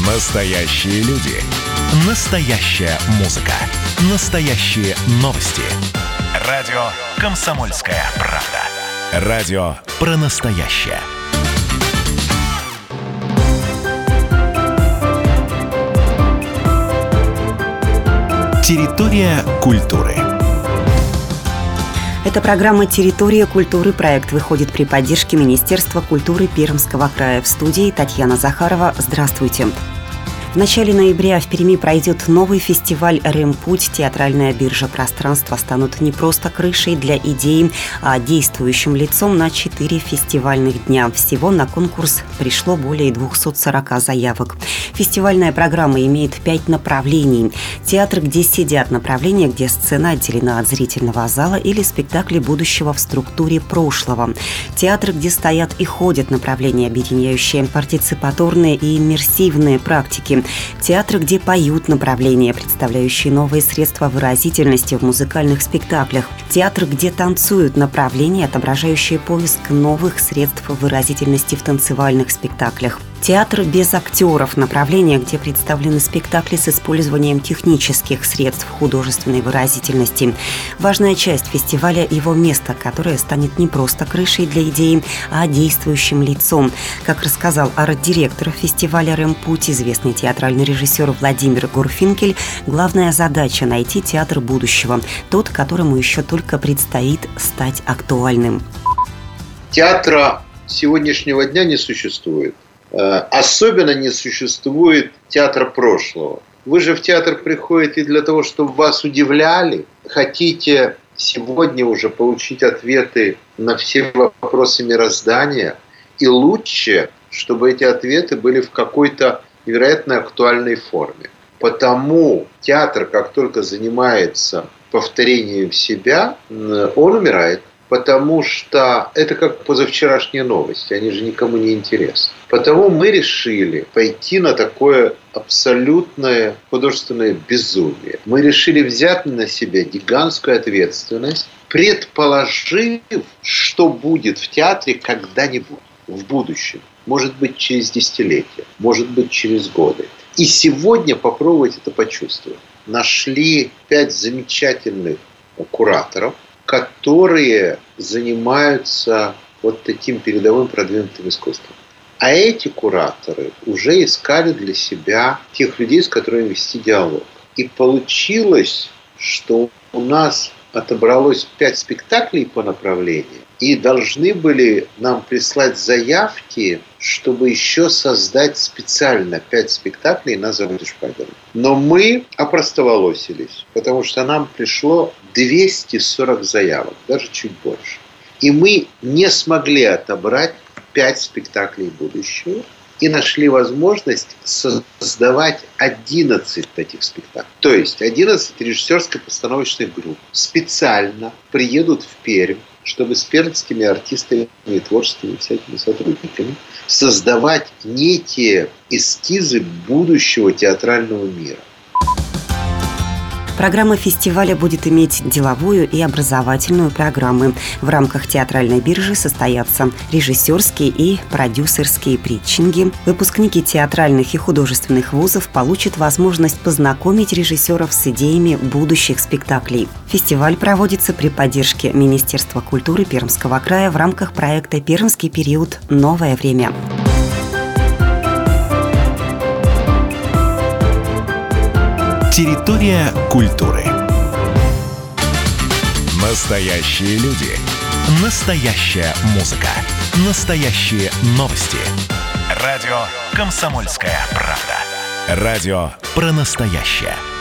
Настоящие люди. Настоящая музыка. Настоящие новости. Радио «Комсомольская правда». Радио про настоящее. Территория культуры. Это программа «Территория культуры». Проект выходит при поддержке Министерства культуры Пермского края. В студии Татьяна Захарова. Здравствуйте. В начале ноября в Перми пройдет новый фестиваль «Ремпуть». Театральная биржа пространства станут не просто крышей для идей, а действующим лицом на 4 фестивальных дня. Всего на конкурс пришло более 240 заявок. Фестивальная программа имеет 5 направлений. Театр, где сидят, направление, где сцена отделена от зрительного зала, или спектакли будущего в структуре прошлого. Театр, где стоят и ходят, направление, объединяющее партиципаторные и иммерсивные практики. Театр, где поют, направления, представляющие новые средства выразительности в музыкальных спектаклях. Театр, где танцуют, направления, отображающие поиск новых средств выразительности в танцевальных спектаклях. Театр без актеров, направление, где представлены спектакли с использованием технических средств художественной выразительности. Важная часть фестиваля – его место, которое станет не просто крышей для идеи, а действующим лицом. Как рассказал арт-директор фестиваля «Ремпуть», известный театральный режиссер Владимир Гурфинкель, главная задача – найти театр будущего, тот, которому еще только предстоит стать актуальным. Театра сегодняшнего дня не существует. Особенно не существует театра прошлого. Вы же в театр приходите для того, чтобы вас удивляли. Хотите сегодня уже получить ответы на все вопросы мироздания. И лучше, чтобы эти ответы были в какой-то невероятно актуальной форме. Потому театр, как только занимается повторением себя, он умирает. Потому что это как позавчерашние новости, они же никому не интересны. Потому мы решили пойти на такое абсолютное художественное безумие. Мы решили взять на себя гигантскую ответственность, предположив, что будет в театре когда-нибудь, в будущем. Может быть, через десятилетия, может быть, через годы. И сегодня попробовать это почувствовать. Нашли 5 замечательных кураторов, которые занимаются вот таким передовым продвинутым искусством. А эти кураторы уже искали для себя тех людей, с которыми вести диалог. И получилось, что у нас отобралось 5 спектаклей по направлению, и должны были нам прислать заявки, чтобы еще создать специально 5 спектаклей на заводе Шпагина. Но мы опростоволосились, потому что нам пришло 240 заявок, даже чуть больше. И мы не смогли отобрать 5 спектаклей будущего и нашли возможность создавать 11 таких спектаклей. То есть 11 режиссерско-постановочных групп специально приедут в Пермь, чтобы с пермскими артистами и творческими всякими сотрудниками создавать некие эскизы будущего театрального мира. Программа фестиваля будет иметь деловую и образовательную программы. В рамках театральной биржи состоятся режиссерские и продюсерские питчинги. Выпускники театральных и художественных вузов получат возможность познакомить режиссеров с идеями будущих спектаклей. Фестиваль проводится при поддержке Министерства культуры Пермского края в рамках проекта «Пермский период. Новое время». Территория культуры. Настоящие люди. Настоящая музыка. Настоящие новости. Радио «Комсомольская правда». Радио про настоящее.